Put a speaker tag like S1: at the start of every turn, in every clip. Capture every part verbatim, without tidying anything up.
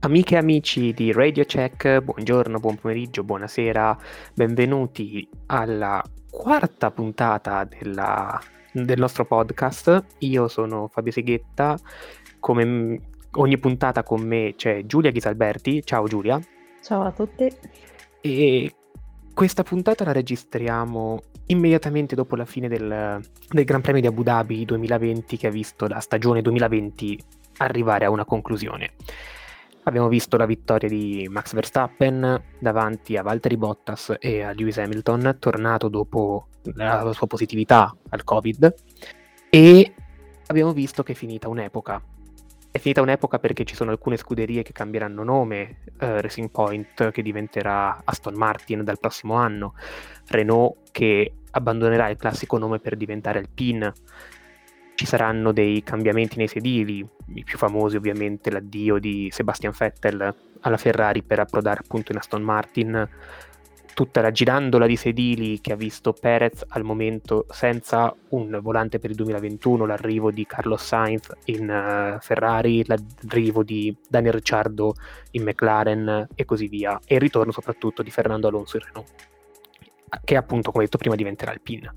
S1: Amiche e amici di Radio Check, buongiorno, buon pomeriggio, buonasera, benvenuti alla quarta puntata della- del nostro podcast. Io sono Fabio Seghetta, come m- ogni puntata con me c'è Giulia Ghisalberti. Ciao Giulia.
S2: Ciao a tutti.
S1: E questa puntata la registriamo immediatamente dopo la fine del, del Gran Premio di Abu Dhabi duemilaventi, che ha visto la stagione duemilaventi arrivare a una conclusione. Abbiamo visto la vittoria di Max Verstappen davanti a Valtteri Bottas e a Lewis Hamilton, tornato dopo la sua positività al Covid, e abbiamo visto che è finita un'epoca. È finita un'epoca perché ci sono alcune scuderie che cambieranno nome, eh, Racing Point che diventerà Aston Martin dal prossimo anno, Renault che abbandonerà il classico nome per diventare Alpine. Ci saranno dei cambiamenti nei sedili, i più famosi ovviamente l'addio di Sebastian Vettel alla Ferrari per approdare appunto in Aston Martin, tutta la girandola di sedili che ha visto Perez al momento senza un volante per il duemilaventuno, l'arrivo di Carlos Sainz in uh, Ferrari, l'arrivo di Daniel Ricciardo in McLaren e così via, e il ritorno soprattutto di Fernando Alonso in Renault, che appunto, come detto prima, diventerà Alpine.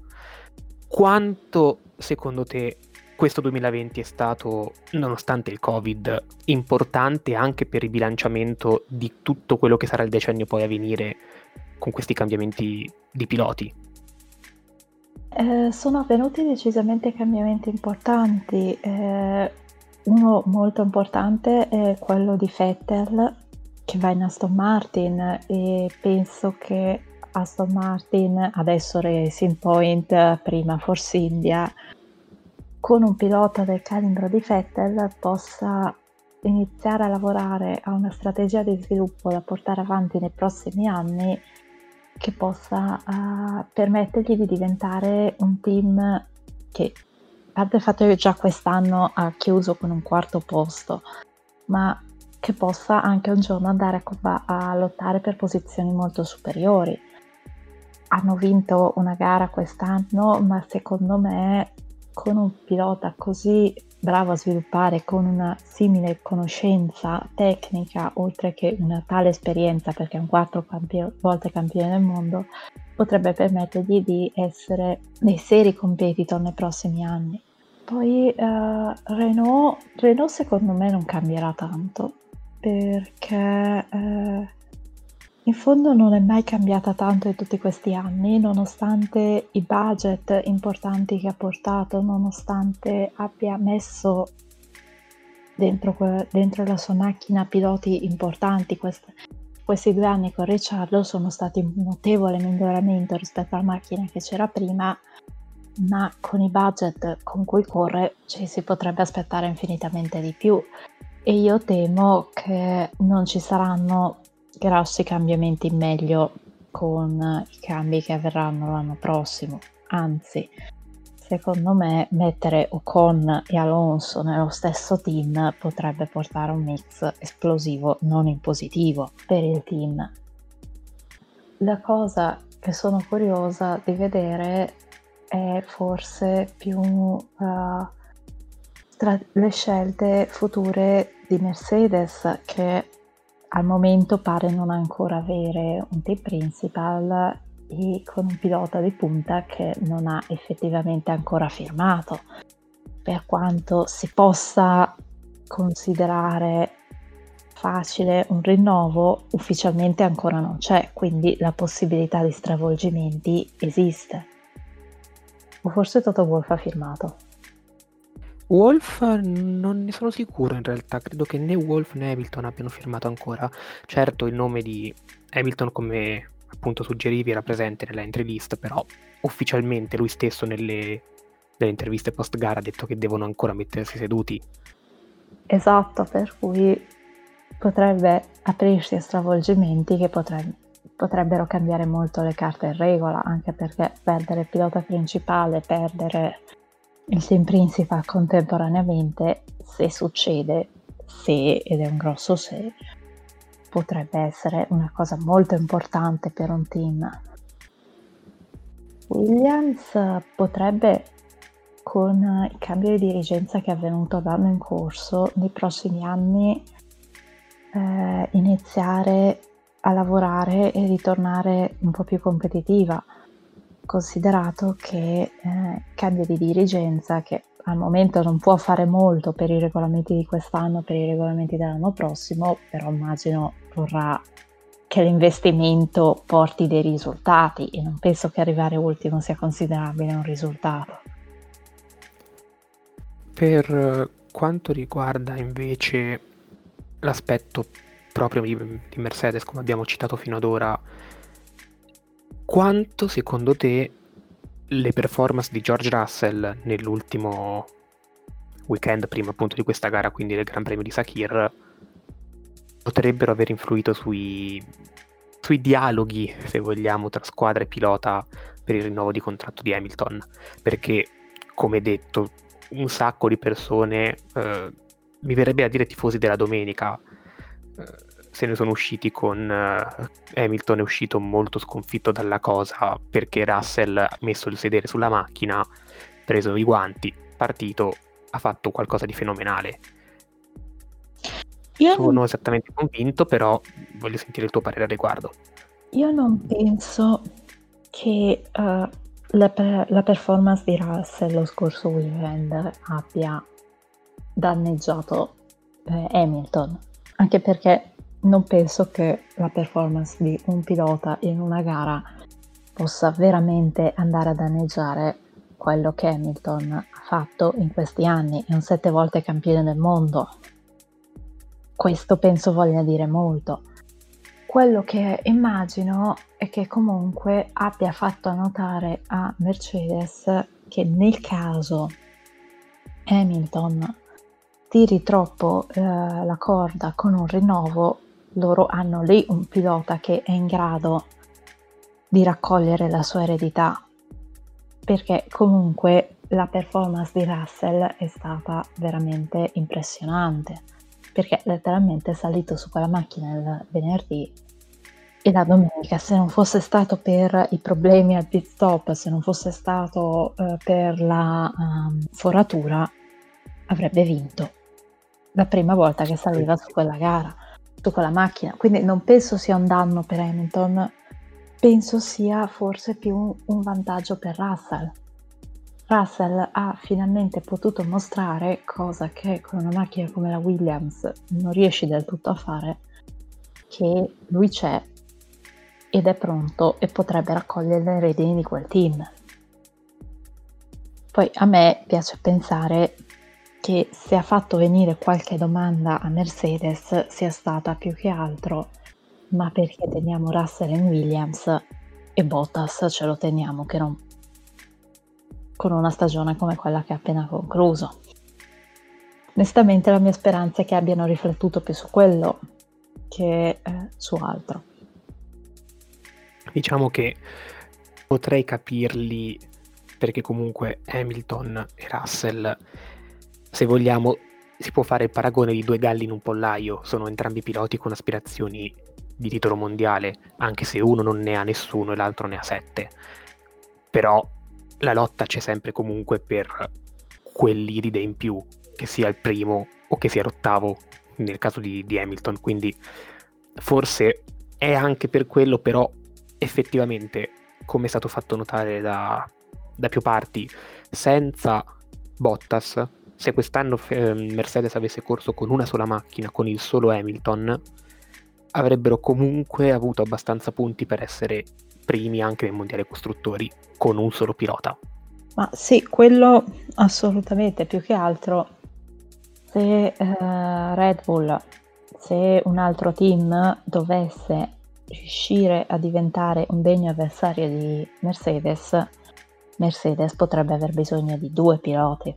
S1: Quanto secondo te questo duemilaventi è stato, nonostante il Covid, importante anche per il bilanciamento di tutto quello che sarà il decennio poi a venire con questi cambiamenti di piloti?
S2: Eh, sono avvenuti decisamente cambiamenti importanti. Eh, uno molto importante è quello di Vettel che va in Aston Martin, e penso che Aston Martin, adesso Racing Point, prima Force India, con un pilota del calibro di Vettel possa iniziare a lavorare a una strategia di sviluppo da portare avanti nei prossimi anni, che possa uh, permettergli di diventare un team che, a parte il fatto che già quest'anno ha chiuso con un quarto posto, ma che possa anche un giorno andare a, comb- a lottare per posizioni molto superiori. Hanno vinto una gara quest'anno, ma secondo me con un pilota così bravo a sviluppare, con una simile conoscenza tecnica, oltre che una tale esperienza, perché è un quattro campio- volte campione del mondo, potrebbe permettergli di essere dei seri competitor nei prossimi anni. Poi eh, Renault, Renault secondo me non cambierà tanto, perché eh, in fondo non è mai cambiata tanto in tutti questi anni, nonostante i budget importanti che ha portato, nonostante abbia messo dentro, que- dentro la sua macchina piloti importanti. Quest- questi due anni con Ricciardo sono stati un notevole miglioramento rispetto alla macchina che c'era prima, ma con i budget con cui corre ci si potrebbe aspettare infinitamente di più, e io temo che non ci saranno grossi cambiamenti in meglio con i cambi che avverranno l'anno prossimo. Anzi, secondo me mettere Ocon e Alonso nello stesso team potrebbe portare a un mix esplosivo non in positivo per il team. La cosa che sono curiosa di vedere è forse più uh, tra le scelte future di Mercedes, che al momento pare non ancora avere un team principal e con un pilota di punta che non ha effettivamente ancora firmato. Per quanto si possa considerare facile un rinnovo, ufficialmente ancora non c'è, quindi la possibilità di stravolgimenti esiste. O forse Toto Wolff ha firmato.
S1: Wolf non ne sono sicuro in realtà, credo che né Wolf né Hamilton abbiano firmato ancora. Certo, il nome di Hamilton, come appunto suggerivi, era presente nella entry list, però ufficialmente lui stesso nelle, nelle interviste post gara ha detto che devono ancora mettersi seduti.
S2: Esatto, per cui potrebbe aprirsi a stravolgimenti che potreb- potrebbero cambiare molto le carte in regola, anche perché perdere il pilota principale, perdere il team principal contemporaneamente, se succede, se, ed è un grosso se, potrebbe essere una cosa molto importante per un team. Williams potrebbe, con il cambio di dirigenza che è avvenuto l'anno in corso, nei prossimi anni eh, iniziare a lavorare e ritornare un po' più competitiva, considerato che eh, cambia di dirigenza, che al momento non può fare molto per i regolamenti di quest'anno, per i regolamenti dell'anno prossimo, però immagino vorrà che l'investimento porti dei risultati e non penso che arrivare ultimo sia considerabile un risultato.
S1: Per quanto riguarda invece l'aspetto proprio di, di Mercedes, come abbiamo citato fino ad ora, quanto secondo te le performance di George Russell nell'ultimo weekend prima appunto di questa gara, quindi del Gran Premio di Sakhir, potrebbero aver influito sui, sui dialoghi, se vogliamo, tra squadra e pilota per il rinnovo di contratto di Hamilton? Perché, come detto, un sacco di persone, eh, mi verrebbe a dire tifosi della domenica, eh, se ne sono usciti con uh, Hamilton è uscito molto sconfitto dalla cosa perché Russell ha messo il sedere sulla macchina, preso i guanti, partito, ha fatto qualcosa di fenomenale.
S2: Io
S1: Sono
S2: non,
S1: esattamente convinto, però voglio sentire il tuo parere al riguardo.
S2: io non penso che uh, la, per- la performance di Russell lo scorso weekend abbia danneggiato eh, Hamilton, anche perché non penso che la performance di un pilota in una gara possa veramente andare a danneggiare quello che Hamilton ha fatto in questi anni. È un sette volte campione del mondo. Questo penso voglia dire molto. Quello che immagino è che comunque abbia fatto notare a Mercedes che nel caso Hamilton tiri troppo eh, la corda con un rinnovo, loro hanno lì un pilota che è in grado di raccogliere la sua eredità, perché comunque la performance di Russell è stata veramente impressionante, perché letteralmente è salito su quella macchina il venerdì e la domenica, se non fosse stato per i problemi al pit stop, se non fosse stato eh, per la um, foratura, avrebbe vinto la prima volta che saliva su quella gara, su quella macchina. Quindi non penso sia un danno per Hamilton, penso sia forse più un vantaggio per Russell. Russell ha finalmente potuto mostrare, cosa che con una macchina come la Williams non riesci del tutto a fare, che lui c'è ed è pronto e potrebbe raccogliere le redini di quel team. Poi a me piace pensare che se ha fatto venire qualche domanda a Mercedes sia stata più che altro ma perché teniamo Russell in Williams e Bottas ce lo teniamo che non con una stagione come quella che ha appena concluso. Onestamente la mia speranza è che abbiano riflettuto più su quello che eh, su altro.
S1: Diciamo che potrei capirli perché comunque Hamilton e Russell, se vogliamo, si può fare il paragone di due galli in un pollaio, sono entrambi piloti con aspirazioni di titolo mondiale, anche se uno non ne ha nessuno e l'altro ne ha sette. Però la lotta c'è sempre comunque per quell'iride in più, che sia il primo o che sia l'ottavo nel caso di, di Hamilton, quindi forse è anche per quello, però effettivamente, come è stato fatto notare da, da più parti, senza Bottas, se quest'anno eh, Mercedes avesse corso con una sola macchina, con il solo Hamilton, avrebbero comunque avuto abbastanza punti per essere primi anche nel mondiale costruttori con un solo pilota.
S2: Ma sì, quello assolutamente, più che altro se eh, Red Bull, se un altro team dovesse riuscire a diventare un degno avversario di Mercedes, Mercedes potrebbe aver bisogno di due piloti,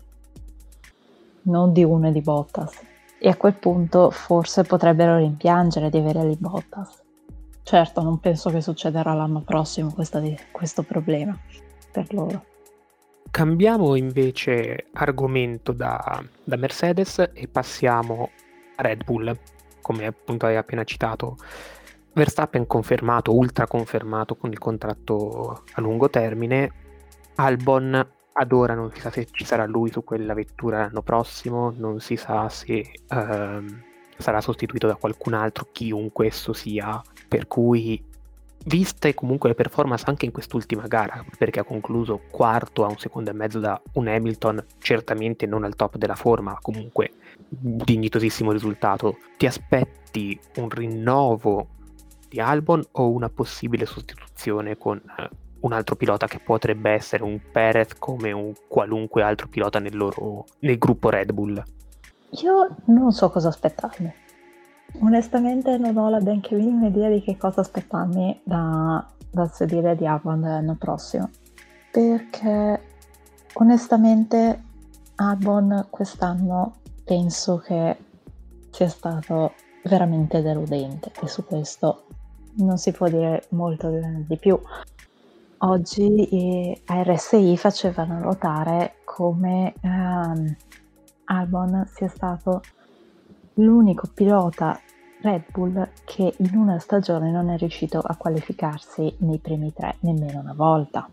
S2: non di uno e di Bottas. E a quel punto forse potrebbero rimpiangere di avere lì Bottas. Certo, non penso che succederà l'anno prossimo questa, questo problema per loro.
S1: Cambiamo invece argomento da, da Mercedes e passiamo a Red Bull, come appunto hai appena citato. Verstappen confermato, ultra confermato con il contratto a lungo termine. Albon ad ora non si sa se ci sarà lui su quella vettura l'anno prossimo, non si sa se ehm, sarà sostituito da qualcun altro, chiunque esso sia, per cui viste comunque le performance anche in quest'ultima gara, perché ha concluso quarto a un secondo e mezzo da un Hamilton, certamente non al top della forma, ma comunque dignitosissimo risultato. Ti aspetti un rinnovo di Albon o una possibile sostituzione con eh, un altro pilota che potrebbe essere un Perez come un qualunque altro pilota nel loro nel gruppo Red Bull?
S2: Io non so cosa aspettarmi. Onestamente non ho la benché minima idea di che cosa aspettarmi da, dal sedile di Albon l'anno prossimo, perché onestamente Albon quest'anno penso che sia stato veramente deludente, e su questo non si può dire molto di più. Oggi eh, a R S I facevano notare come ehm, Albon sia stato l'unico pilota Red Bull che in una stagione non è riuscito a qualificarsi nei primi tre nemmeno una volta.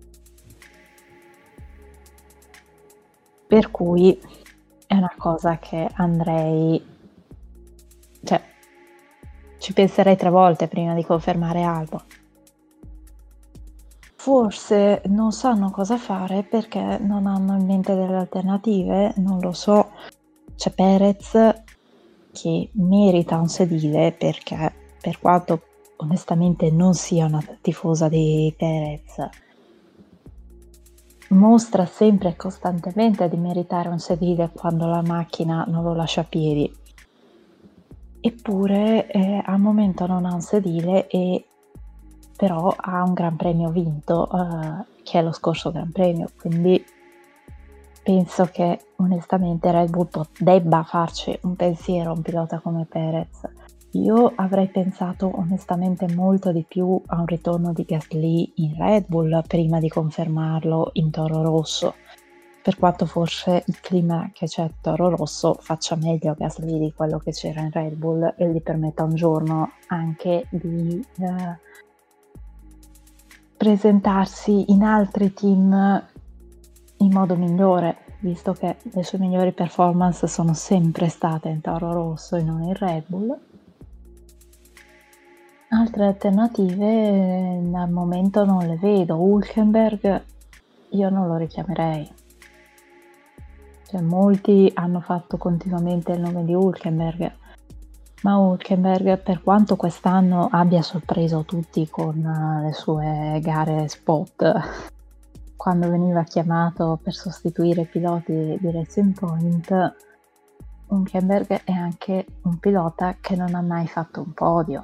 S2: Per cui è una cosa che andrei, cioè ci penserei tre volte prima di confermare Albon. Forse non sanno cosa fare perché non hanno in mente delle alternative, non lo so. C'è Perez che merita un sedile, perché per quanto onestamente non sia una tifosa di Perez, mostra sempre e costantemente di meritare un sedile quando la macchina non lo lascia a piedi. Eppure eh, al momento non ha un sedile, e però ha un Gran Premio vinto, eh, che è lo scorso Gran Premio, quindi penso che onestamente Red Bull debba farci un pensiero a un pilota come Perez. Io avrei pensato onestamente molto di più a un ritorno di Gasly in Red Bull prima di confermarlo in Toro Rosso, per quanto forse il clima che c'è a Toro Rosso faccia meglio a Gasly di quello che c'era in Red Bull e gli permetta un giorno anche di eh, presentarsi in altri team in modo migliore, visto che le sue migliori performance sono sempre state in Toro Rosso e non in Red Bull. Altre alternative al momento non le vedo. Hülkenberg io non lo richiamerei. Cioè, molti hanno fatto continuamente il nome di Hülkenberg, ma Hülkenberg, per quanto quest'anno abbia sorpreso tutti con le sue gare spot, quando veniva chiamato per sostituire i piloti di Racing Point, Hülkenberg è anche un pilota che non ha mai fatto un podio.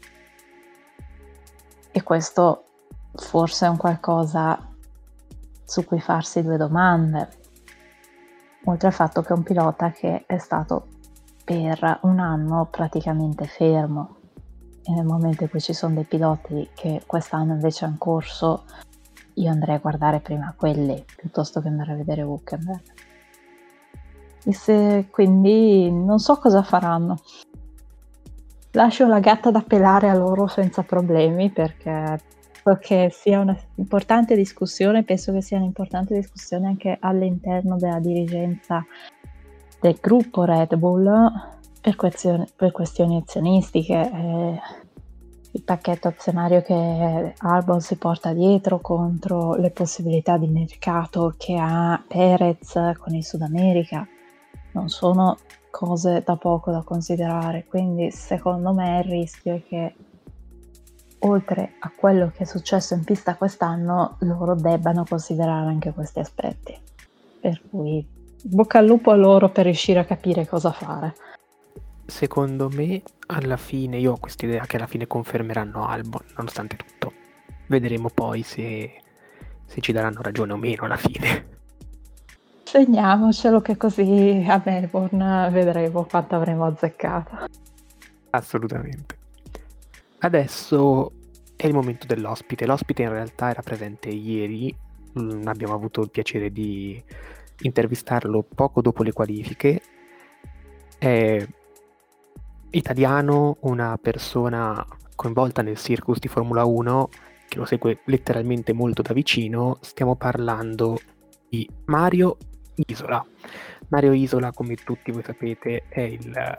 S2: E questo forse è un qualcosa su cui farsi due domande, oltre al fatto che è un pilota che è stato per un anno praticamente fermo, e nel momento in cui ci sono dei piloti che quest'anno invece hanno corso, io andrei a guardare prima quelli piuttosto che andare a vedere Hülkenberg. E se, quindi non so cosa faranno. Lascio la gatta da pelare a loro senza problemi, perché che sia una importante discussione, penso che sia un'importante discussione anche all'interno della dirigenza del gruppo Red Bull per questioni, per questioni azionistiche. Eh, il pacchetto azionario che Albon si porta dietro contro le possibilità di mercato che ha Perez con il Sud America non sono cose da poco da considerare, quindi secondo me il rischio è che oltre a quello che è successo in pista quest'anno loro debbano considerare anche questi aspetti, per cui bocca al lupo a loro per riuscire a capire cosa fare.
S1: Secondo me alla fine, io ho quest'idea che alla fine confermeranno Albon nonostante tutto. Vedremo poi se, se ci daranno ragione o meno alla fine.
S2: Segniamocelo che così a Melbourne vedremo quanto avremo azzeccato.
S1: Assolutamente. Adesso è il momento dell'ospite. L'ospite in realtà era presente ieri, mm, abbiamo avuto il piacere di intervistarlo poco dopo le qualifiche. È italiano, una persona coinvolta nel circus di Formula uno che lo segue letteralmente molto da vicino. Stiamo parlando di Mario Isola. Mario Isola, come tutti voi sapete, è il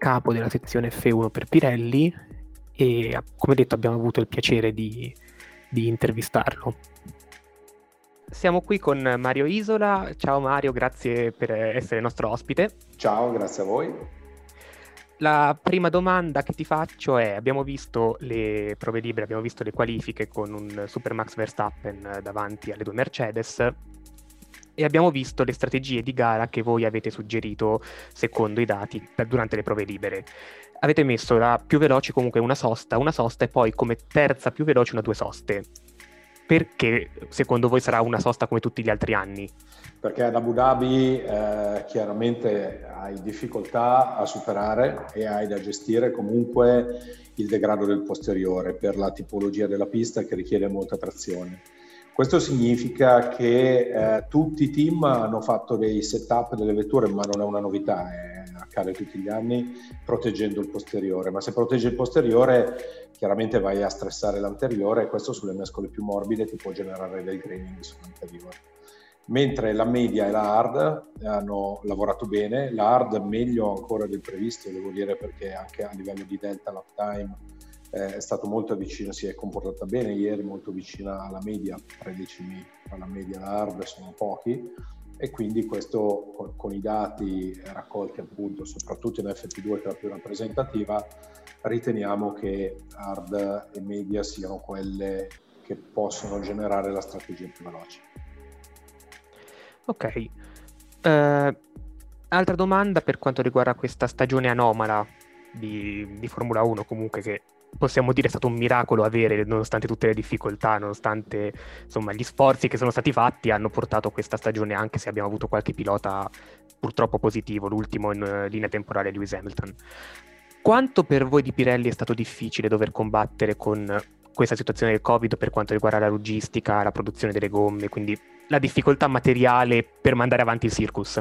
S1: capo della sezione F uno per Pirelli e come detto abbiamo avuto il piacere di, di intervistarlo. Siamo qui con Mario Isola. Ciao Mario, grazie per essere nostro ospite.
S3: Ciao, grazie a voi.
S1: La prima domanda che ti faccio è: abbiamo visto le prove libere, abbiamo visto le qualifiche con un Super Max Verstappen davanti alle due Mercedes e abbiamo visto le strategie di gara che voi avete suggerito secondo i dati durante le prove libere. Avete messo la più veloce comunque una sosta, una sosta e poi come terza più veloce una due soste. Perché secondo voi sarà una sosta come tutti gli altri anni?
S3: Perché ad Abu Dhabi eh, chiaramente hai difficoltà a superare e hai da gestire comunque il degrado del posteriore per la tipologia della pista che richiede molta trazione. Questo significa che eh, tutti i team hanno fatto dei setup delle vetture, ma non è una novità, eh, accade tutti gli anni, proteggendo il posteriore. Ma se proteggi il posteriore, chiaramente vai a stressare l'anteriore e questo sulle mescole più morbide ti può generare del graining sull'anteriore. Mentre la media e la hard hanno lavorato bene, la hard meglio ancora del previsto, devo dire, perché anche a livello di delta lap time è stato molto vicino, si è comportata bene ieri, molto vicina alla media, tredici decimi tra la media e la hard sono pochi, e quindi questo con, con i dati raccolti appunto soprattutto in F P due, che è la più rappresentativa, riteniamo che hard e media siano quelle che possono generare la strategia più veloce.
S1: Ok, uh, altra domanda per quanto riguarda questa stagione anomala di, di Formula uno, comunque, che possiamo dire è stato un miracolo avere, nonostante tutte le difficoltà, nonostante insomma gli sforzi che sono stati fatti, hanno portato questa stagione, anche se abbiamo avuto qualche pilota purtroppo positivo, l'ultimo in uh, linea temporale Lewis Hamilton. Quanto per voi di Pirelli è stato difficile dover combattere con questa situazione del Covid per quanto riguarda la logistica, la produzione delle gomme, quindi la difficoltà materiale per mandare avanti il circus?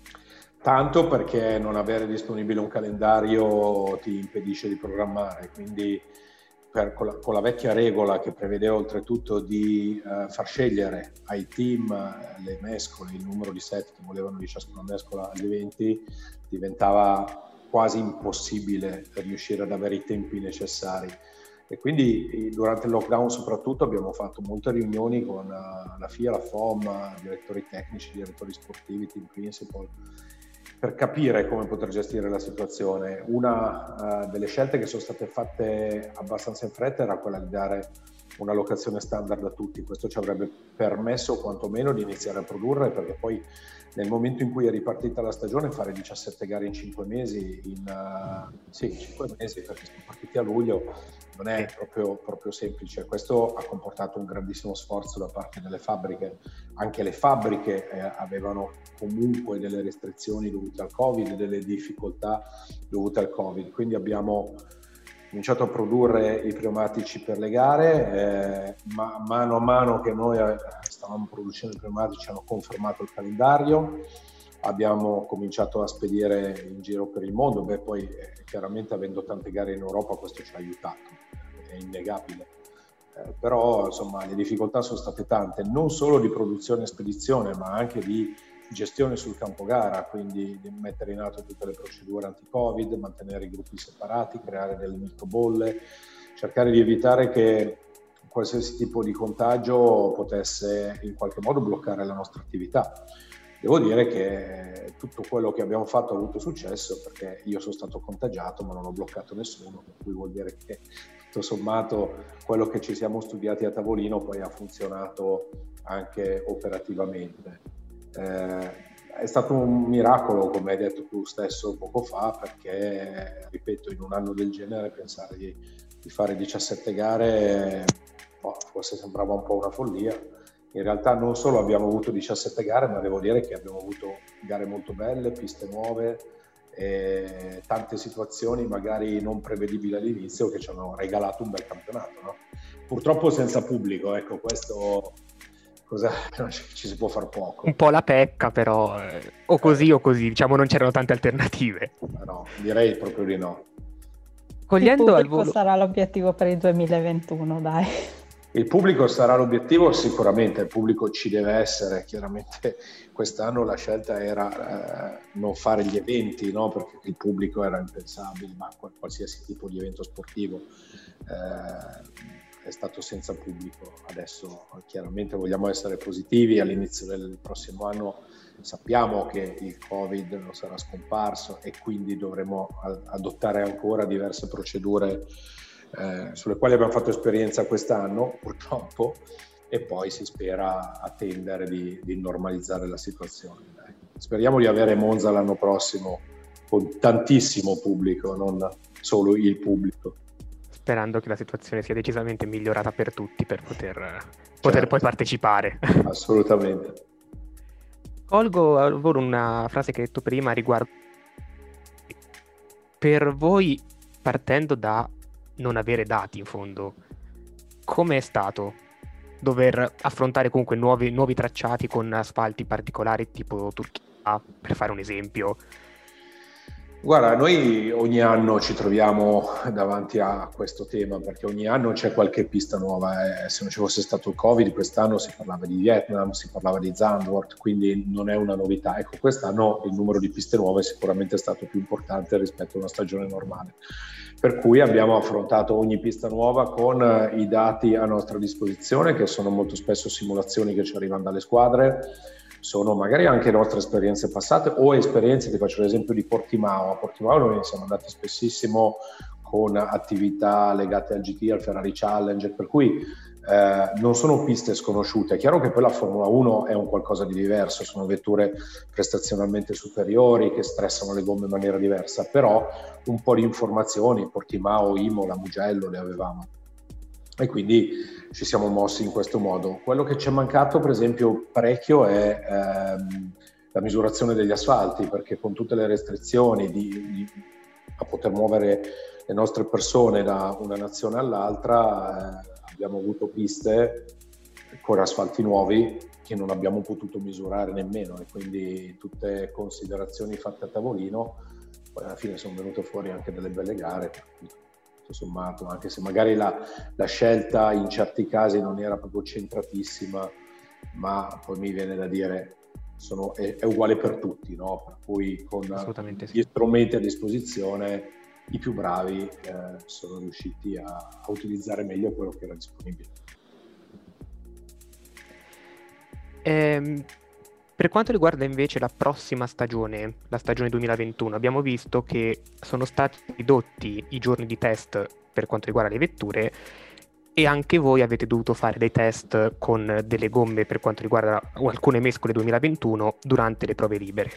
S3: Tanto perché non avere disponibile un calendario ti impedisce di programmare, quindi per, con, la, con la vecchia regola che prevedeva oltretutto di uh, far scegliere ai team uh, le mescole, il numero di set che volevano di ciascuna mescola agli eventi, diventava quasi impossibile riuscire ad avere i tempi necessari. E quindi durante il lockdown soprattutto abbiamo fatto molte riunioni con uh, la F I A, la F O M, direttori tecnici, direttori sportivi, team principal, per capire come poter gestire la situazione. Una uh, delle scelte che sono state fatte abbastanza in fretta era quella di dare una locazione standard a tutti. Questo ci avrebbe permesso quantomeno di iniziare a produrre, perché poi nel momento in cui è ripartita la stagione fare diciassette gare in cinque mesi, in uh, sì, cinque mesi, perché siamo partiti a luglio, non è proprio, proprio semplice. Questo ha comportato un grandissimo sforzo da parte delle fabbriche. Anche le fabbriche eh, avevano comunque delle restrizioni dovute al Covid, delle difficoltà dovute al Covid, quindi abbiamo cominciato a produrre i pneumatici per le gare, eh, ma mano a mano che noi stavamo producendo i pneumatici hanno confermato il calendario, abbiamo cominciato a spedire in giro per il mondo. Beh, poi eh, chiaramente avendo tante gare in Europa questo ci ha aiutato, è innegabile, eh, però insomma le difficoltà sono state tante, non solo di produzione e spedizione, ma anche di gestione sul campo gara, quindi di mettere in atto tutte le procedure anti-Covid, mantenere i gruppi separati, creare delle microbolle, cercare di evitare che qualsiasi tipo di contagio potesse in qualche modo bloccare la nostra attività. Devo dire che tutto quello che abbiamo fatto ha avuto successo, perché io sono stato contagiato ma non ho bloccato nessuno, per cui vuol dire che tutto sommato quello che ci siamo studiati a tavolino poi ha funzionato anche operativamente. Eh, è stato un miracolo, come hai detto tu stesso poco fa, perché, ripeto, in un anno del genere pensare di, di fare diciassette gare boh, forse sembrava un po' una follia. In realtà non solo abbiamo avuto diciassette gare, ma devo dire che abbiamo avuto gare molto belle, piste nuove, e tante situazioni magari non prevedibili all'inizio che ci hanno regalato un bel campionato, no? Purtroppo senza pubblico, ecco, questo... Cosa, ci si può far poco.
S1: Un po' la pecca, però eh, o così eh. o così, diciamo non c'erano tante alternative.
S3: No, direi proprio di no.
S2: Cogliendo il pubblico al volo... sarà l'obiettivo per il duemilaventuno, dai.
S3: Il pubblico sarà l'obiettivo? Sicuramente, il pubblico ci deve essere. Chiaramente quest'anno la scelta era eh, non fare gli eventi, no? Perché il pubblico era impensabile, ma qualsiasi tipo di evento sportivo eh, è stato senza pubblico. Adesso chiaramente vogliamo essere positivi, all'inizio del prossimo anno sappiamo che il Covid non sarà scomparso e quindi dovremo adottare ancora diverse procedure eh, sulle quali abbiamo fatto esperienza quest'anno, purtroppo, e poi si spera attendere di, di normalizzare la situazione. Dai. Speriamo di avere Monza l'anno prossimo con tantissimo pubblico, non solo il pubblico.
S1: Sperando che la situazione sia decisamente migliorata per tutti per poter, certo. poter poi partecipare.
S3: Assolutamente.
S1: Colgo a lavoro una frase che hai detto prima riguardo per voi, partendo da non avere dati in fondo, come è stato dover affrontare comunque nuovi, nuovi tracciati con asfalti particolari tipo Turchia, per fare un esempio?
S3: Guarda, noi ogni anno ci troviamo davanti a questo tema perché ogni anno c'è qualche pista nuova. Eh, se non ci fosse stato il Covid, quest'anno si parlava di Vietnam, si parlava di Zandvoort, quindi non è una novità. Ecco, quest'anno il numero di piste nuove sicuramente è stato più importante rispetto a una stagione normale. Per cui abbiamo affrontato ogni pista nuova con i dati a nostra disposizione, che sono molto spesso simulazioni che ci arrivano dalle squadre, sono magari anche nostre esperienze passate o esperienze, ti faccio l'esempio di Portimao. A Portimao noi siamo andati spessissimo con attività legate al G T, al Ferrari Challenger, per cui eh, non sono piste sconosciute. È chiaro che poi la Formula uno è un qualcosa di diverso, sono vetture prestazionalmente superiori che stressano le gomme in maniera diversa, però un po' di informazioni, Portimao, Imola, Mugello le avevamo. E quindi ci siamo mossi in questo modo. Quello che ci è mancato, per esempio, parecchio è ehm, la misurazione degli asfalti, perché con tutte le restrizioni di, di, a poter muovere le nostre persone da una nazione all'altra, eh, abbiamo avuto piste con asfalti nuovi che non abbiamo potuto misurare nemmeno, e quindi tutte considerazioni fatte a tavolino, poi alla fine sono venute fuori anche delle belle gare. Sommato, anche se magari la, la scelta in certi casi non era proprio centratissima, ma poi mi viene da dire sono, è, è uguale per tutti, no? Per cui con gli sì. strumenti a disposizione i più bravi eh, sono riusciti a, a utilizzare meglio quello che era disponibile.
S1: Ehm, per quanto riguarda invece la prossima stagione, la stagione duemilaventuno, abbiamo visto che sono stati ridotti i giorni di test per quanto riguarda le vetture e anche voi avete dovuto fare dei test con delle gomme per quanto riguarda alcune mescole duemilaventuno durante le prove libere.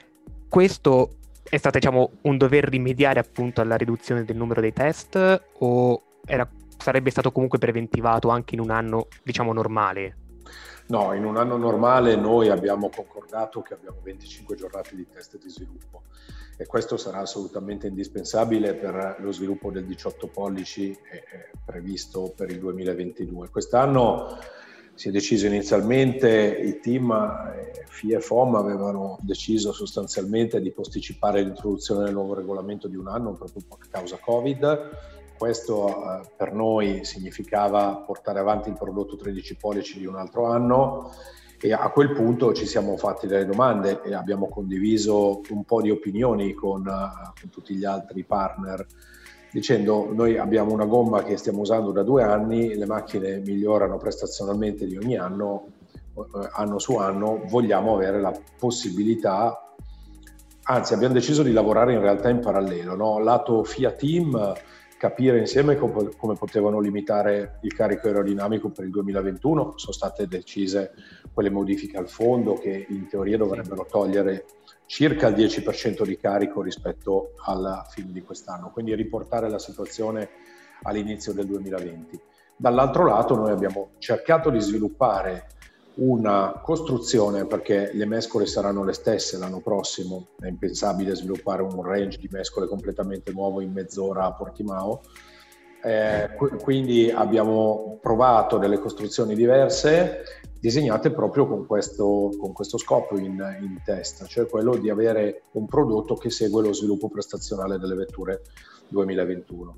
S1: Questo è stato, diciamo, un dover rimediare appunto alla riduzione del numero dei test o era, sarebbe stato comunque preventivato anche in un anno, diciamo, normale?
S3: No, in un anno normale noi abbiamo concordato che abbiamo venticinque giornate di test di sviluppo e questo sarà assolutamente indispensabile per lo sviluppo del diciotto pollici eh, previsto per il duemilaventidue. Quest'anno si è deciso inizialmente, i team eh, F I A e F O M avevano deciso sostanzialmente di posticipare l'introduzione del nuovo regolamento di un anno proprio a causa Covid. Questo eh, per noi significava portare avanti il prodotto tredici pollici di un altro anno e a quel punto ci siamo fatti delle domande e abbiamo condiviso un po' di opinioni con, uh, con tutti gli altri partner dicendo noi abbiamo una gomma che stiamo usando da due anni, le macchine migliorano prestazionalmente di ogni anno, eh, anno su anno, vogliamo avere la possibilità, anzi abbiamo deciso di lavorare in realtà in parallelo, no? Lato F I A Team, capire insieme come, come potevano limitare il carico aerodinamico per il duemilaventuno, sono state decise quelle modifiche al fondo che in teoria dovrebbero togliere circa il dieci per cento di carico rispetto alla fine di quest'anno, quindi riportare la situazione all'inizio del duemilaventi. Dall'altro lato noi abbiamo cercato di sviluppare una costruzione, perché le mescole saranno le stesse l'anno prossimo, è impensabile sviluppare un range di mescole completamente nuovo in mezz'ora a Portimao, eh, quindi abbiamo provato delle costruzioni diverse disegnate proprio con questo, con questo scopo in, in testa, cioè quello di avere un prodotto che segue lo sviluppo prestazionale delle vetture duemilaventuno.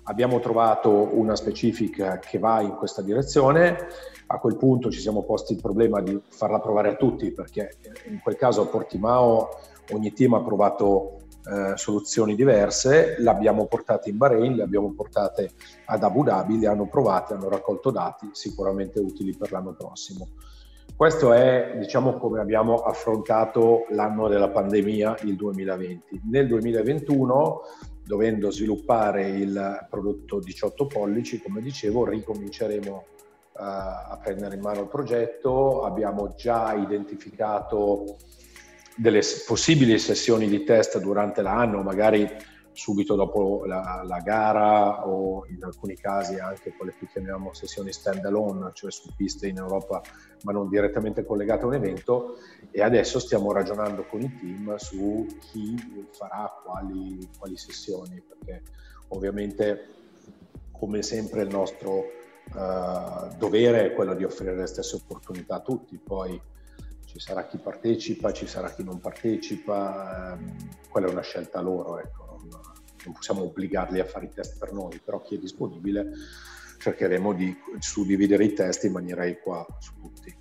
S3: abbiamo trovato una specifica che va in questa direzione. A quel punto ci siamo posti il problema di farla provare a tutti, perché in quel caso a Portimao ogni team ha provato eh, soluzioni diverse, le abbiamo portate in Bahrain, le abbiamo portate ad Abu Dhabi, le hanno provate, hanno raccolto dati sicuramente utili per l'anno prossimo. Questo è, diciamo, come abbiamo affrontato l'anno della pandemia, il duemilaventi. Nel duemilaventuno, dovendo sviluppare il prodotto diciotto pollici, come dicevo, ricominceremo uh, a prendere in mano il progetto. Abbiamo già identificato delle possibili sessioni di test durante l'anno, magari subito dopo la, la gara, o in alcuni casi anche quelle che chiamiamo sessioni stand alone, cioè su piste in Europa ma non direttamente collegate a un evento, e adesso stiamo ragionando con i team su chi farà quali, quali sessioni, perché ovviamente come sempre il nostro uh, dovere è quello di offrire le stesse opportunità a tutti. Poi ci sarà chi partecipa, ci sarà chi non partecipa, ehm, quella è una scelta loro, ecco. Non possiamo obbligarli a fare i test per noi, però chi è disponibile cercheremo di suddividere i test in maniera equa su tutti.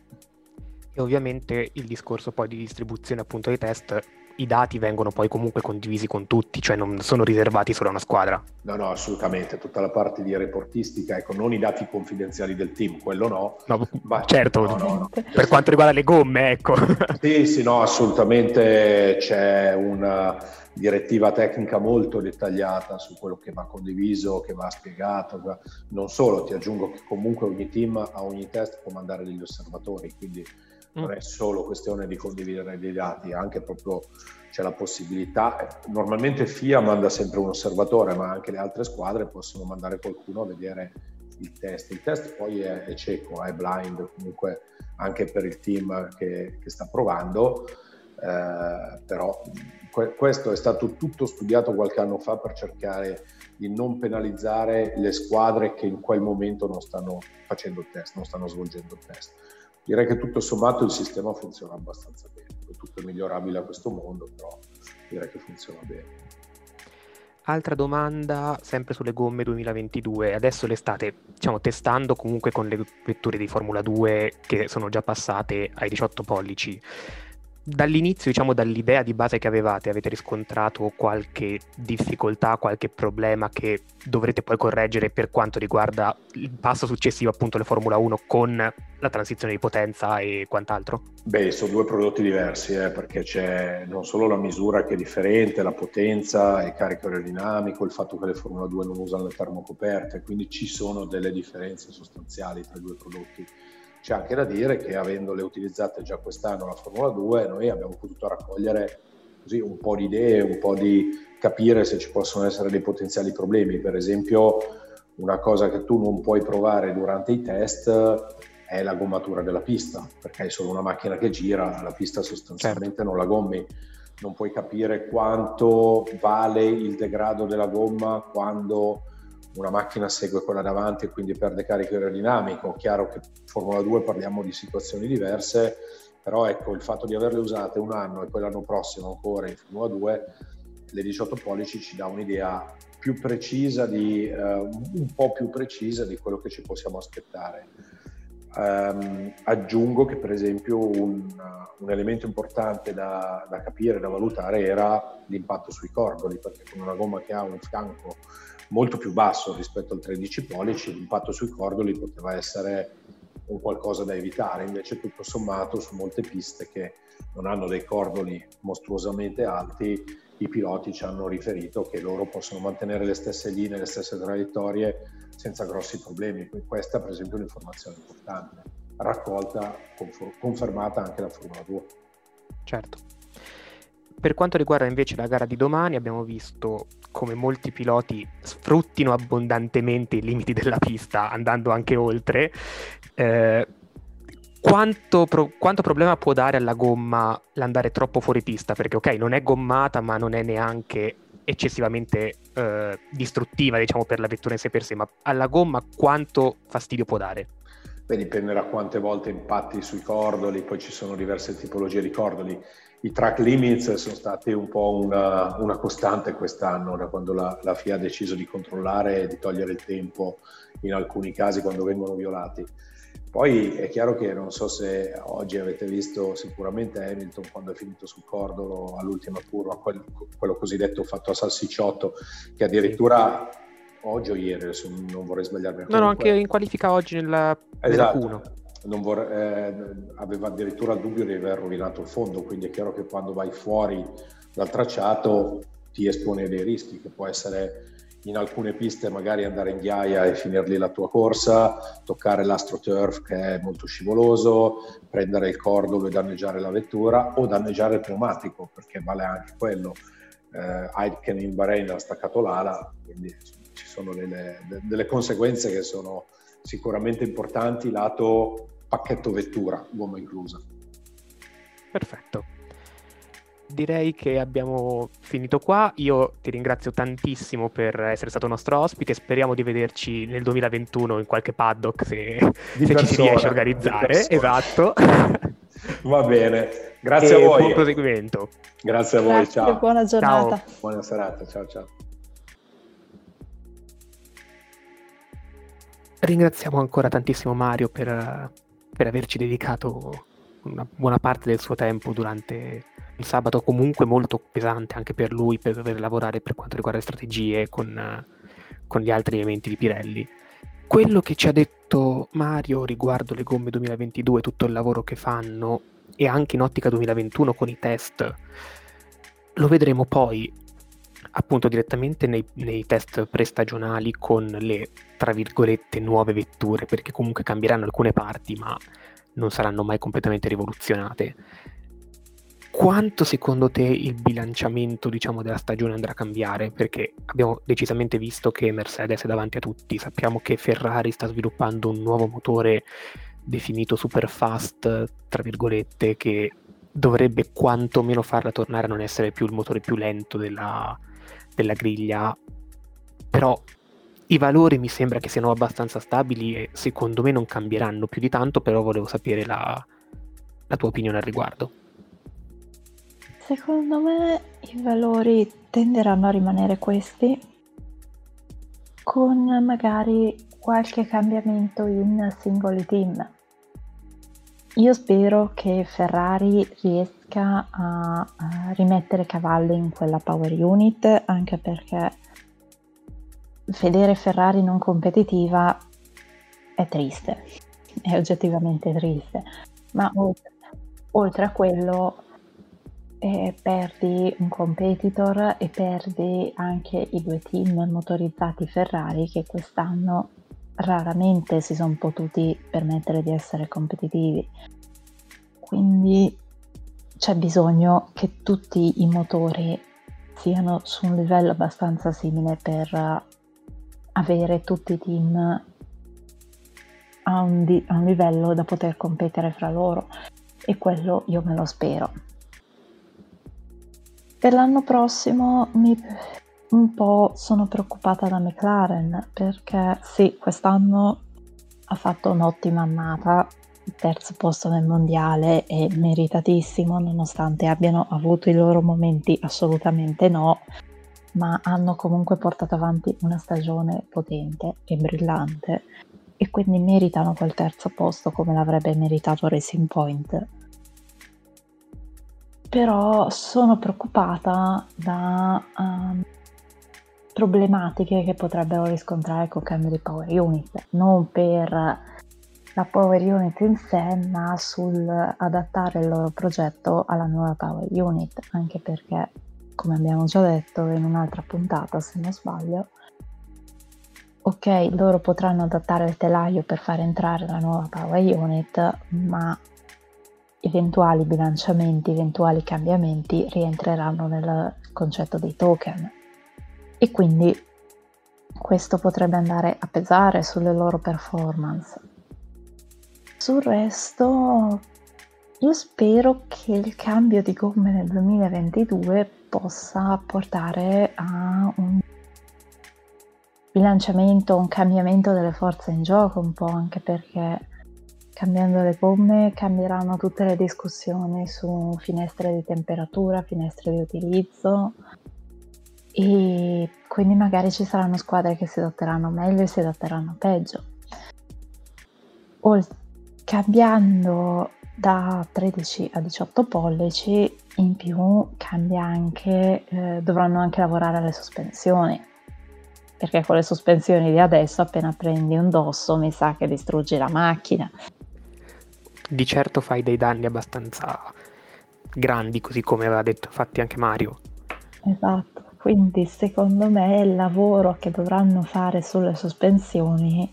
S1: E ovviamente il discorso poi di distribuzione appunto dei test, i dati vengono poi comunque condivisi con tutti, cioè non sono riservati solo a una squadra.
S3: No, no, assolutamente, tutta la parte di reportistica, ecco, non i dati confidenziali del team, quello no.
S1: No,
S3: ma
S1: certo,
S3: no, no, no.
S1: Per quanto riguarda le gomme, ecco.
S3: Sì, sì, no, assolutamente c'è una direttiva tecnica molto dettagliata su quello che va condiviso, che va spiegato. Non solo, ti aggiungo che comunque ogni team a ogni test può mandare degli osservatori, quindi non è solo questione di condividere dei dati, anche proprio c'è la possibilità. Normalmente F I A manda sempre un osservatore, ma anche le altre squadre possono mandare qualcuno a vedere il test. Il test poi è, è cieco, è blind comunque anche per il team che, che sta provando, eh, però que- questo è stato tutto studiato qualche anno fa per cercare di non penalizzare le squadre che in quel momento non stanno facendo il test, non stanno svolgendo il test. Direi che tutto sommato il sistema funziona abbastanza bene, tutto è migliorabile a questo mondo, però direi che funziona bene.
S1: Altra domanda, sempre sulle gomme duemilaventidue, adesso le state, diciamo, testando comunque con le vetture di Formula due che sono già passate ai diciotto pollici. Dall'inizio, diciamo, dall'idea di base che avevate, avete riscontrato qualche difficoltà, qualche problema che dovrete poi correggere per quanto riguarda il passo successivo, appunto, le Formula uno con la transizione di potenza e quant'altro?
S3: Beh, sono due prodotti diversi, eh, perché c'è non solo la misura che è differente, la potenza, il carico aerodinamico, il fatto che le Formula due non usano le termocoperte, quindi ci sono delle differenze sostanziali tra i due prodotti. C'è anche da dire che avendole utilizzate già quest'anno la Formula due, noi abbiamo potuto raccogliere così un po' di idee, un po' di capire se ci possono essere dei potenziali problemi. Per esempio, una cosa che tu non puoi provare durante i test è la gommatura della pista, perché hai solo una macchina che gira, la pista sostanzialmente non la gommi. Non puoi capire quanto vale il degrado della gomma quando una macchina segue quella davanti e quindi perde carico aerodinamico. Chiaro che Formula due parliamo di situazioni diverse, però ecco, il fatto di averle usate un anno e poi l'anno prossimo ancora in Formula due, le diciotto pollici ci dà un'idea più precisa, di, uh, un po' più precisa di quello che ci possiamo aspettare. Um, aggiungo che per esempio un, uh, un elemento importante da, da capire, da valutare era l'impatto sui cordoli, perché con una gomma che ha un fianco molto più basso rispetto al tredici pollici, l'impatto sui cordoli poteva essere un qualcosa da evitare. Invece tutto sommato su molte piste che non hanno dei cordoli mostruosamente alti, i piloti ci hanno riferito che loro possono mantenere le stesse linee, le stesse traiettorie senza grossi problemi. Questa per esempio è un'informazione importante, raccolta, confermata anche da Formula due.
S1: Certo. Per quanto riguarda invece la gara di domani, abbiamo visto come molti piloti sfruttino abbondantemente i limiti della pista, andando anche oltre. Eh, quanto, pro- quanto problema può dare alla gomma l'andare troppo fuori pista? Perché ok, non è gommata, ma non è neanche eccessivamente eh, distruttiva, diciamo, per la vettura in sé per sé, ma alla gomma quanto fastidio può dare?
S3: Beh, dipenderà quante volte impatti sui cordoli, poi ci sono diverse tipologie di cordoli. I track limits sono stati un po' una, una costante quest'anno, da quando la, la F I A ha deciso di controllare e di togliere il tempo in alcuni casi quando vengono violati. Poi è chiaro che non so se oggi avete visto sicuramente Hamilton quando è finito sul cordolo all'ultima curva, quello, quello cosiddetto fatto a salsicciotto, che addirittura oggi o ieri, adesso non vorrei sbagliarmi.
S1: No, no, anche in qualifica oggi nella, nella
S3: esatto.
S1: Q uno.
S3: Non vorrei, eh, aveva addirittura il dubbio di aver rovinato il fondo, quindi è chiaro che quando vai fuori dal tracciato ti espone a dei rischi, che può essere in alcune piste magari andare in ghiaia e finirli la tua corsa, toccare l'astroturf che è molto scivoloso, prendere il cordolo e danneggiare la vettura o danneggiare il pneumatico, perché vale anche quello. eh, Aitken in Bahrain ha staccato l'ala, quindi ci sono delle, delle conseguenze che sono sicuramente importanti lato pacchetto vettura, gomma inclusa.
S1: Perfetto. Direi che abbiamo finito qua. Io ti ringrazio tantissimo per essere stato nostro ospite. Speriamo di vederci nel duemilaventuno in qualche paddock se, se ci si riesce a organizzare. Esatto.
S3: Va bene, grazie
S1: e
S3: a voi.
S1: Buon proseguimento.
S3: Grazie a voi,
S2: grazie,
S3: ciao.
S2: Buona giornata.
S1: Ciao.
S3: Buona serata, ciao ciao.
S1: Ringraziamo ancora tantissimo Mario per, per averci dedicato una buona parte del suo tempo durante un sabato comunque molto pesante anche per lui, per dover lavorare per quanto riguarda le strategie con, con gli altri elementi di Pirelli. Quello che ci ha detto Mario riguardo le gomme duemilaventidue, tutto il lavoro che fanno e anche in ottica duemilaventuno con i test, lo vedremo poi appunto direttamente nei, nei test prestagionali con le, tra virgolette, nuove vetture, perché comunque cambieranno alcune parti ma non saranno mai completamente rivoluzionate. Quanto secondo te il bilanciamento, diciamo, della stagione andrà a cambiare? Perché abbiamo decisamente visto che Mercedes è davanti a tutti, sappiamo che Ferrari sta sviluppando un nuovo motore definito super fast, tra virgolette, che dovrebbe quantomeno farla tornare a non essere più il motore più lento della, della griglia, però i valori mi sembra che siano abbastanza stabili e secondo me non cambieranno più di tanto, però volevo sapere la, la tua opinione al riguardo.
S2: Secondo me i valori tenderanno a rimanere questi, con magari qualche cambiamento in singoli team. Io spero che Ferrari riesca a, a rimettere cavalli in quella power unit, anche perché vedere Ferrari non competitiva è triste, è oggettivamente triste, ma oltre, oltre a quello eh, perdi un competitor e perdi anche i due team motorizzati Ferrari che quest'anno raramente si sono potuti permettere di essere competitivi, quindi c'è bisogno che tutti i motori siano su un livello abbastanza simile per avere tutti i team a un, di- a un livello da poter competere fra loro, e quello io me lo spero. Per l'anno prossimo mi, un po' sono preoccupata da McLaren, perché sì, quest'anno ha fatto un'ottima annata, il terzo posto nel mondiale è meritatissimo, nonostante abbiano avuto i loro momenti assolutamente no, ma hanno comunque portato avanti una stagione potente e brillante e quindi meritano quel terzo posto come l'avrebbe meritato Racing Point. Però sono preoccupata da um, problematiche che potrebbero riscontrare col cambio di power unit, non per la power unit in sé, ma sul adattare il loro progetto alla nuova power unit, anche perché, come abbiamo già detto in un'altra puntata se non sbaglio, ok, loro potranno adattare il telaio per far entrare la nuova power unit, ma eventuali bilanciamenti, eventuali cambiamenti rientreranno nel concetto dei token, e quindi questo potrebbe andare a pesare sulle loro performance. Sul resto io spero che il cambio di gomme nel duemilaventidue possa portare a un bilanciamento, un cambiamento delle forze in gioco un po', anche perché cambiando le gomme cambieranno tutte le discussioni su finestre di temperatura, finestre di utilizzo, e quindi magari ci saranno squadre che si adatteranno meglio e si adatteranno peggio. Ol- cambiando da tredici a diciotto pollici, in più cambia anche, eh, dovranno anche lavorare alle sospensioni, perché con le sospensioni di adesso appena prendi un dosso mi sa che distruggi la macchina.
S1: Di certo fai dei danni abbastanza grandi, così come aveva detto infatti anche Mario.
S2: Esatto, quindi secondo me il lavoro che dovranno fare sulle sospensioni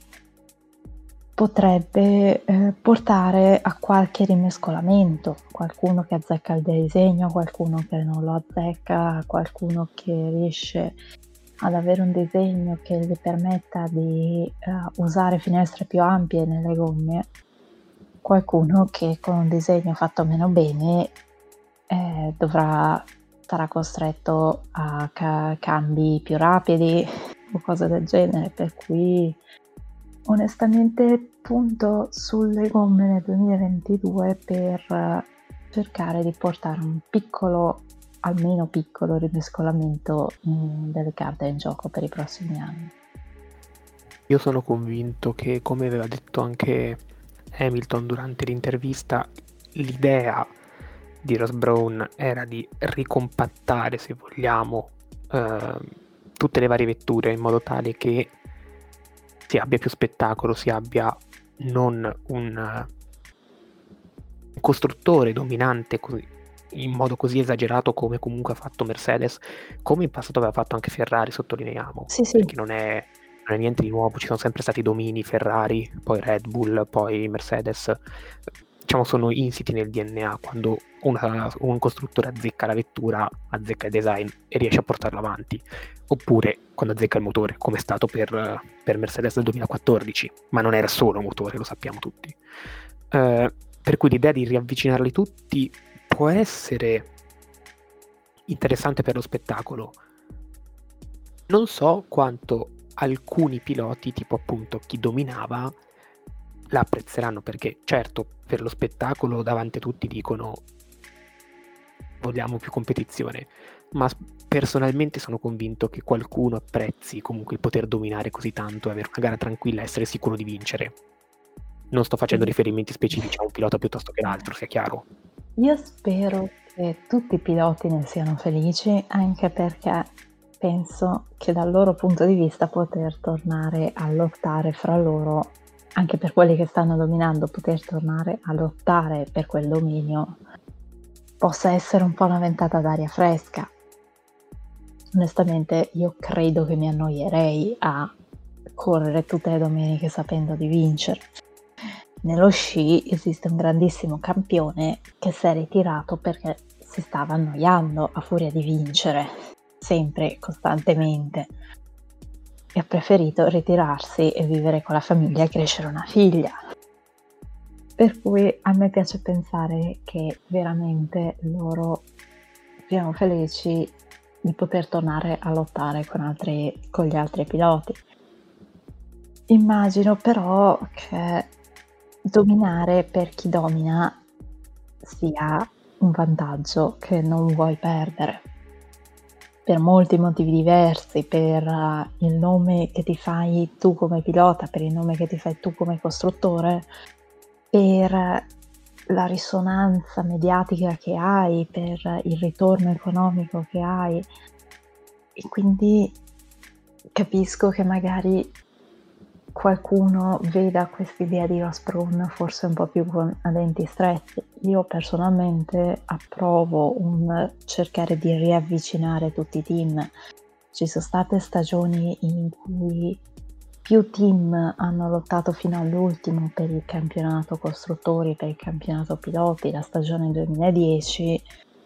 S2: potrebbe eh, portare a qualche rimescolamento, qualcuno che azzecca il disegno, qualcuno che non lo azzecca, qualcuno che riesce ad avere un disegno che gli permetta di uh, usare finestre più ampie nelle gomme, qualcuno che con un disegno fatto meno bene eh, dovrà sarà costretto a ca- cambi più rapidi o cose del genere, per cui onestamente punto sulle gomme nel duemilaventidue per uh, cercare di portare un piccolo, almeno piccolo rimescolamento mh, delle carte in gioco per i prossimi anni.
S1: Io sono convinto che, come aveva detto anche Hamilton durante l'intervista, l'idea di Ross Brawn era di ricompattare, se vogliamo, eh, tutte le varie vetture in modo tale che si abbia più spettacolo, si abbia non un uh, costruttore dominante così, in modo così esagerato come comunque ha fatto Mercedes, come in passato aveva fatto anche Ferrari, sottolineiamo,
S2: sì, sì.
S1: perché non è, non è niente di nuovo, ci sono sempre stati domini Ferrari, poi Red Bull, poi Mercedes, diciamo sono insiti nel D N A. Quando una, un costruttore azzecca la vettura, azzecca il design e riesce a portarla avanti, oppure quando azzecca il motore, come è stato per, per Mercedes del duemilaquattordici, ma non era solo motore, lo sappiamo tutti. Uh, per cui l'idea di riavvicinarli tutti può essere interessante per lo spettacolo. Non so quanto alcuni piloti, tipo appunto chi dominava, la apprezzeranno, perché certo per lo spettacolo davanti a tutti dicono vogliamo più competizione, ma personalmente sono convinto che qualcuno apprezzi comunque il poter dominare così tanto, avere una gara tranquilla, essere sicuro di vincere. Non sto facendo riferimenti specifici a un pilota piuttosto che l'altro, sia chiaro.
S2: Io spero che tutti i piloti ne siano felici, anche perché penso che dal loro punto di vista poter tornare a lottare fra loro, anche per quelli che stanno dominando, poter tornare a lottare per quel dominio possa essere un po' una ventata d'aria fresca. Onestamente io credo che mi annoierei a correre tutte le domeniche sapendo di vincere. Nello sci esiste un grandissimo campione che si è ritirato perché si stava annoiando a furia di vincere, sempre, costantemente, e ha preferito ritirarsi e vivere con la famiglia e crescere una figlia. Per cui a me piace pensare che veramente loro siano felici di poter tornare a lottare con, altri, con gli altri piloti. Immagino però che dominare per chi domina sia un vantaggio che non vuoi perdere, per molti motivi diversi, per uh, il nome che ti fai tu come pilota, per il nome che ti fai tu come costruttore, per la risonanza mediatica che hai, per il ritorno economico che hai. E quindi capisco che magari qualcuno veda quest'idea di Ross Brawn forse un po' più con a denti stretti. Io personalmente approvo un cercare di riavvicinare tutti i team. Ci sono state stagioni in cui più team hanno lottato fino all'ultimo per il campionato costruttori, per il campionato piloti. La stagione duemiladieci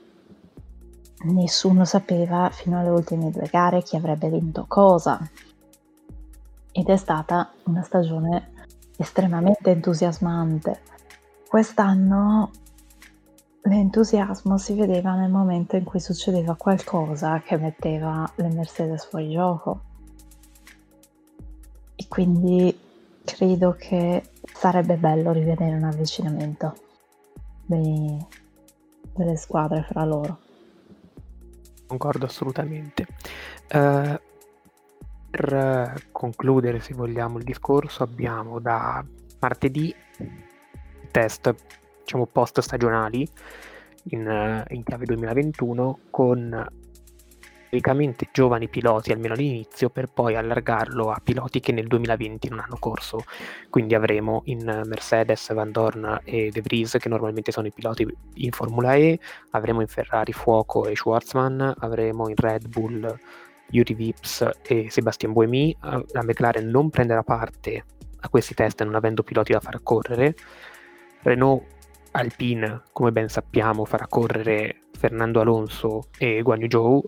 S2: nessuno sapeva fino alle ultime due gare chi avrebbe vinto cosa. Ed è stata una stagione estremamente entusiasmante. Quest'anno l'entusiasmo si vedeva nel momento in cui succedeva qualcosa che metteva le Mercedes fuori gioco. E quindi credo che sarebbe bello rivedere un avvicinamento dei, delle squadre fra loro.
S1: Concordo assolutamente. Uh, per concludere, se vogliamo, il discorso, abbiamo da martedì test, diciamo, post stagionali in, in chiave duemilaventuno con teoricamente giovani piloti almeno all'inizio, per poi allargarlo a piloti che nel duemilaventi non hanno corso. Quindi avremo in Mercedes Van Dorn e De Vries, che normalmente sono i piloti in Formula E, avremo in Ferrari Fuoco e Schwartzman, avremo in Red Bull Juri Vips e Sébastien Buemi. La McLaren non prenderà parte a questi test non avendo piloti da far correre. Renault Alpine, come ben sappiamo, farà correre Fernando Alonso e Guan Yu Zhou.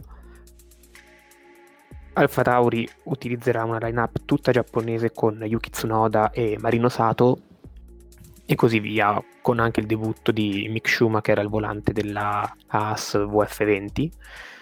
S1: Alfa Tauri utilizzerà una line-up tutta giapponese con Yuki Tsunoda e Marino Sato e così via, con anche il debutto di Mick Schumacher al volante della Haas V F venti.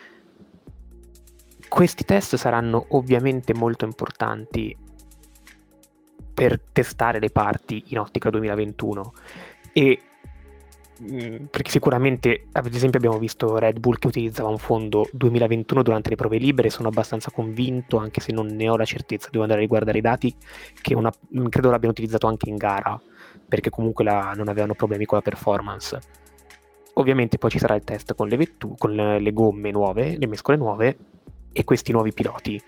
S1: Questi test saranno ovviamente molto importanti per testare le parti in ottica duemilaventuno e perché sicuramente, ad esempio, abbiamo visto Red Bull che utilizzava un fondo duemilaventuno durante le prove libere. Sono abbastanza convinto, anche se non ne ho la certezza, devo andare a riguardare i dati, che una, credo l'abbiano utilizzato anche in gara, perché comunque la, non avevano problemi con la performance. Ovviamente poi ci sarà il test con le, vetture, con le, le gomme nuove, le mescole nuove e questi nuovi piloti.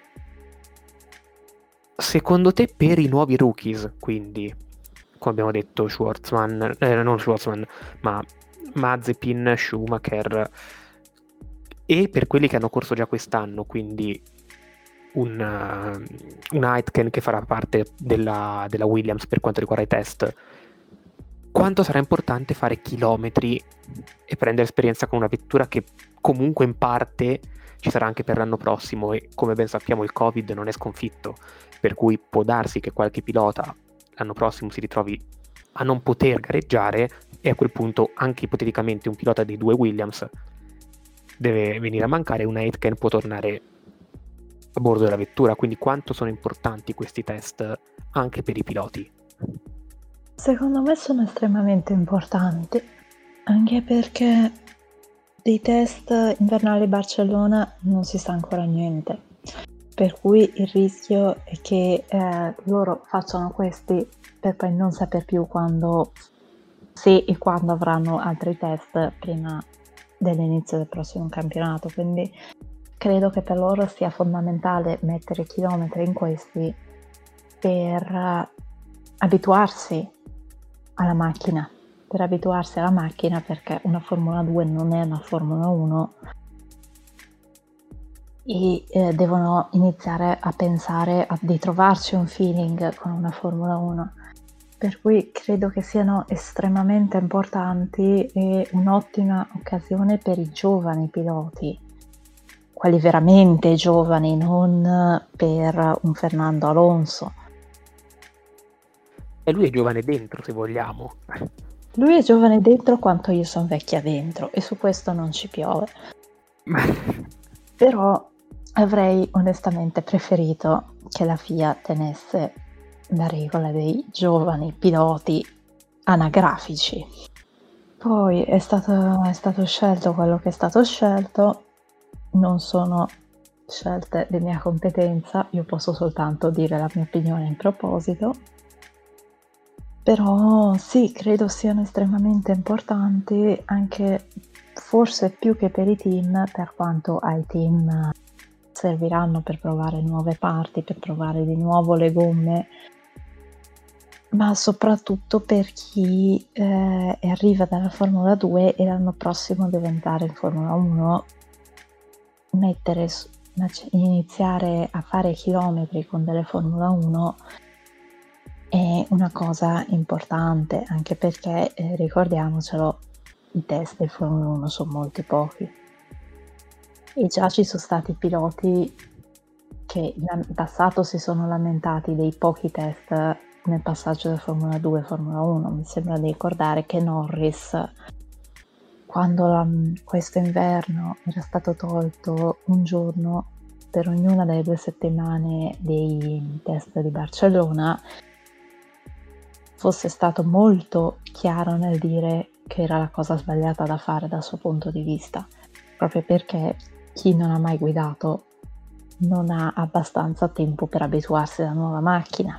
S1: Secondo te, per i nuovi rookies, quindi come abbiamo detto Schwartzman, eh, non Schwartzman, ma Mazepin, Schumacher, e per quelli che hanno corso già quest'anno, quindi un, uh, un Aitken che farà parte della, della Williams per quanto riguarda i test, quanto sarà importante fare chilometri e prendere esperienza con una vettura che comunque in parte ci sarà anche per l'anno prossimo, e come ben sappiamo il Covid non è sconfitto, per cui può darsi che qualche pilota l'anno prossimo si ritrovi a non poter gareggiare e a quel punto anche ipoteticamente un pilota dei due Williams deve venire a mancare e un Aitken può tornare a bordo della vettura. Quindi quanto sono importanti questi test anche per i piloti?
S2: Secondo me sono estremamente importanti, anche perché dei test invernali Barcellona non si sa ancora niente, per cui il rischio è che eh, loro facciano questi per poi non saper più quando, se e quando avranno altri test prima dell'inizio del prossimo campionato. Quindi credo che per loro sia fondamentale mettere chilometri in questi per uh, abituarsi alla macchina, per abituarsi alla macchina, perché una Formula due non è una Formula uno e eh, devono iniziare a pensare a, di trovarci un feeling con una Formula uno, per cui credo che siano estremamente importanti e un'ottima occasione per i giovani piloti, quelli veramente giovani, non per un Fernando Alonso.
S1: E lui è giovane dentro, se vogliamo.
S2: Lui è giovane dentro quanto io sono vecchia dentro, e su questo non ci piove. Però avrei onestamente preferito che la F I A tenesse la regola dei giovani piloti anagrafici. Poi è stato, è stato scelto quello che è stato scelto, non sono scelte di mia competenza, io posso soltanto dire la mia opinione in proposito. Però sì, credo siano estremamente importanti, anche forse più che per i team, per quanto ai team serviranno per provare nuove parti, per provare di nuovo le gomme, ma soprattutto per chi eh, arriva dalla Formula due e l'anno prossimo deve andare in Formula uno, mettere, iniziare a fare chilometri con delle Formula uno è una cosa importante, anche perché eh, ricordiamocelo, i test del Formula uno sono molti pochi e già ci sono stati piloti che in passato si sono lamentati dei pochi test nel passaggio da Formula due a Formula uno. Mi sembra di ricordare che Norris, quando la, questo inverno era stato tolto un giorno per ognuna delle due settimane dei test di Barcellona, fosse stato molto chiaro nel dire che era la cosa sbagliata da fare dal suo punto di vista, proprio perché chi non ha mai guidato non ha abbastanza tempo per abituarsi alla nuova macchina.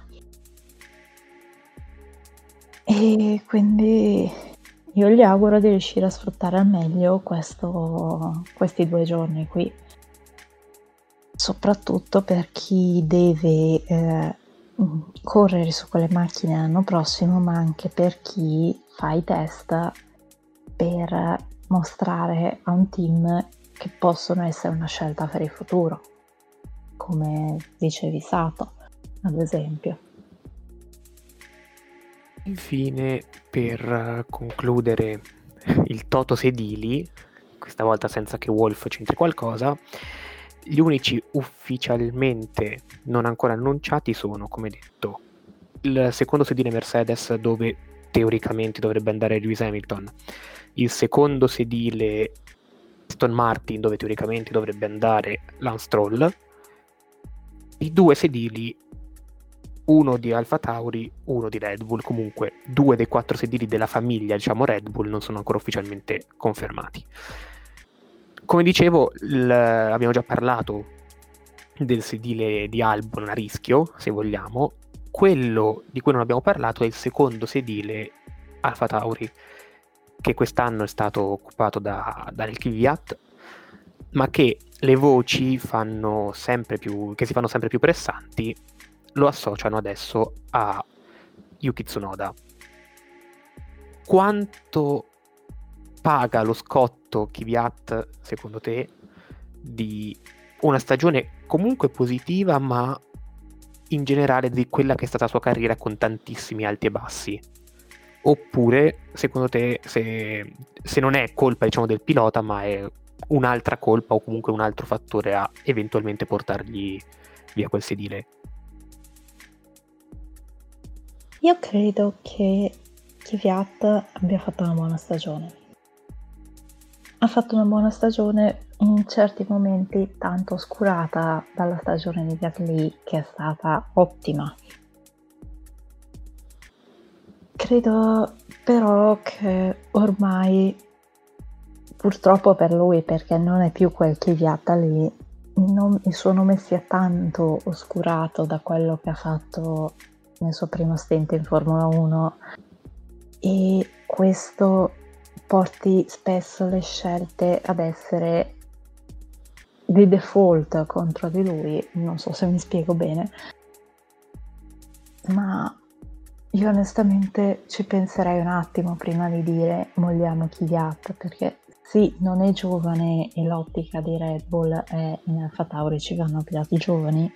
S2: E quindi io gli auguro di riuscire a sfruttare al meglio questo, questi due giorni qui, soprattutto per chi deve eh, correre su quelle macchine l'anno prossimo, ma anche per chi fa i test per mostrare a un team che possono essere una scelta per il futuro, come dicevi Sato, ad esempio.
S1: Infine, per concludere il toto sedili, questa volta senza che Wolf c'entri qualcosa, gli unici ufficialmente non ancora annunciati sono, come detto, il secondo sedile Mercedes, dove teoricamente dovrebbe andare Lewis Hamilton, il secondo sedile Aston Martin, dove teoricamente dovrebbe andare Lance Stroll, i due sedili, uno di Alfa Tauri, uno di Red Bull. Comunque due dei quattro sedili della famiglia, diciamo Red Bull, non sono ancora ufficialmente confermati. Come dicevo, l- abbiamo già parlato del sedile di Albon a rischio, se vogliamo. Quello di cui non abbiamo parlato è il secondo sedile Alfa Tauri, che quest'anno è stato occupato da, da Kvyat, ma che le voci fanno sempre più, che si fanno sempre più pressanti, lo associano adesso a Yuki Tsunoda. Quanto paga lo scotto Kvyat, secondo te, di una stagione comunque positiva, ma in generale di quella che è stata la sua carriera con tantissimi alti e bassi? Oppure, secondo te, se, se non è colpa, diciamo, del pilota, ma è un'altra colpa o comunque un altro fattore a eventualmente portargli via quel sedile?
S2: Io credo che Kvyat abbia fatto una buona stagione. Ha fatto una buona stagione in certi momenti, tanto oscurata dalla stagione di Gasly, che è stata ottima. Credo però che ormai, purtroppo per lui, perché non è più quel Kvyat lì, non, il suo nome sia tanto oscurato da quello che ha fatto nel suo primo stint in Formula uno, e questo porti spesso le scelte ad essere di default contro di lui. Non so se mi spiego bene, ma io onestamente ci penserei un attimo prima di dire molliamo Kvyat, perché sì, non è giovane e l'ottica di Red Bull è in Alfa Tauri ci vanno piloti giovani,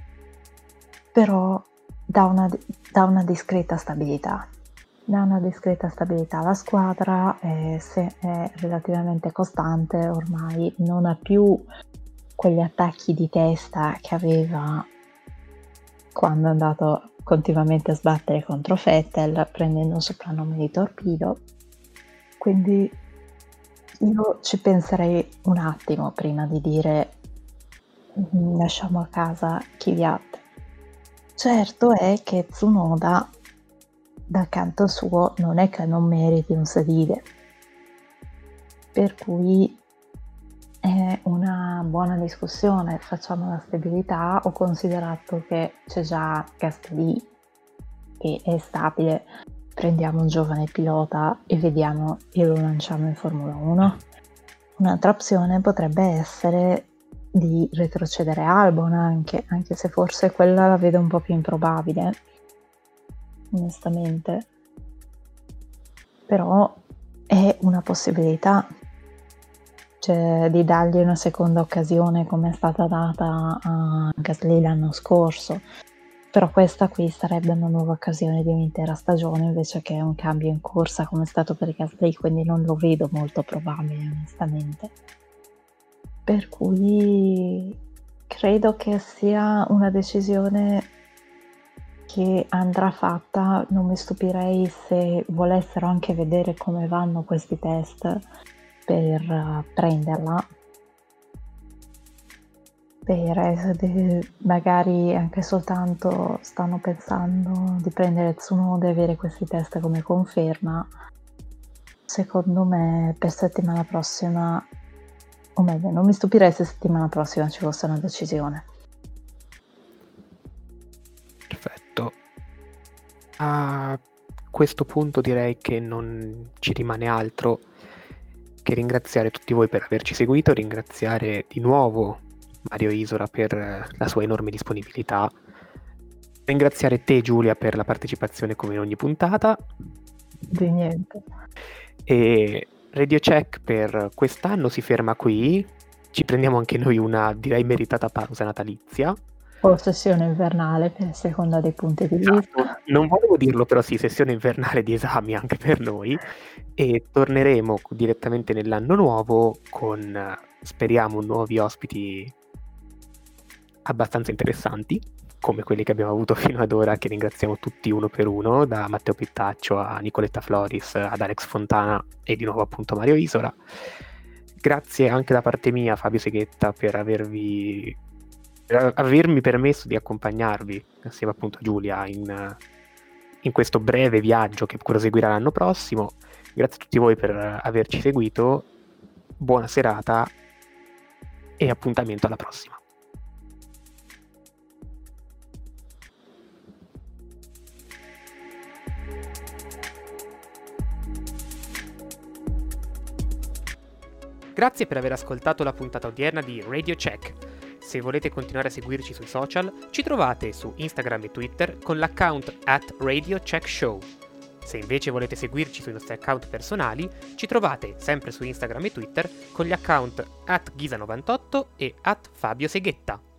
S2: però dà una, dà una discreta stabilità. Dà una discreta stabilità alla squadra, è, se è relativamente costante, ormai non ha più quegli attacchi di testa che aveva quando è andato continuamente a sbattere contro Vettel, prendendo il soprannome di Torpedo. Quindi io ci penserei un attimo prima di dire lasciamo a casa Kvyat. Certo è che Tsunoda dal canto suo non è che non meriti un sedile, per cui è una buona discussione. Facciamo la stabilità, ho considerato che c'è già Gasly che è stabile, prendiamo un giovane pilota e vediamo e lo lanciamo in Formula uno. Un'altra opzione potrebbe essere di retrocedere Albon, anche, anche se forse quella la vedo un po' più improbabile, onestamente, però è una possibilità, cioè di dargli una seconda occasione come è stata data a Gasly l'anno scorso, però questa qui sarebbe una nuova occasione di un'intera stagione invece che un cambio in corsa come è stato per Gasly, quindi non lo vedo molto probabile onestamente, per cui credo che sia una decisione che andrà fatta. Non mi stupirei se volessero anche vedere come vanno questi test per uh, prenderla, sapere, se magari anche soltanto stanno pensando di prendere Tsunoda e avere questi test come conferma. Secondo me per settimana prossima, o meglio, non mi stupirei se settimana prossima ci fosse una decisione.
S1: Perfetto. A questo punto direi che non ci rimane altro che ringraziare tutti voi per averci seguito, ringraziare di nuovo Mario Isola per la sua enorme disponibilità, ringraziare te Giulia per la partecipazione come in ogni puntata.
S2: Di niente.
S1: E Radio Check per quest'anno si ferma qui, ci prendiamo anche noi una direi meritata pausa natalizia.
S2: O sessione invernale per seconda dei punti di vista.
S1: Esatto. Non volevo dirlo, però sì, sessione invernale di esami anche per noi, e torneremo direttamente nell'anno nuovo con, speriamo, nuovi ospiti abbastanza interessanti, come quelli che abbiamo avuto fino ad ora, che ringraziamo tutti uno per uno, da Matteo Pittaccio a Nicoletta Floris, ad Alex Fontana e di nuovo appunto Mario Isola. Grazie anche da parte mia, Fabio Seghetta, per avervi per avermi permesso di accompagnarvi assieme appunto a Giulia in, in questo breve viaggio che proseguirà l'anno prossimo. Grazie a tutti voi per averci seguito, buona serata e appuntamento alla prossima. Grazie per aver ascoltato la puntata odierna di Radio Check. Se volete continuare a seguirci sui social, ci trovate su Instagram e Twitter con l'account at Radio Check Show. Se invece volete seguirci sui nostri account personali, ci trovate sempre su Instagram e Twitter con gli account at Ghisa novantotto e at Fabio Seghetta.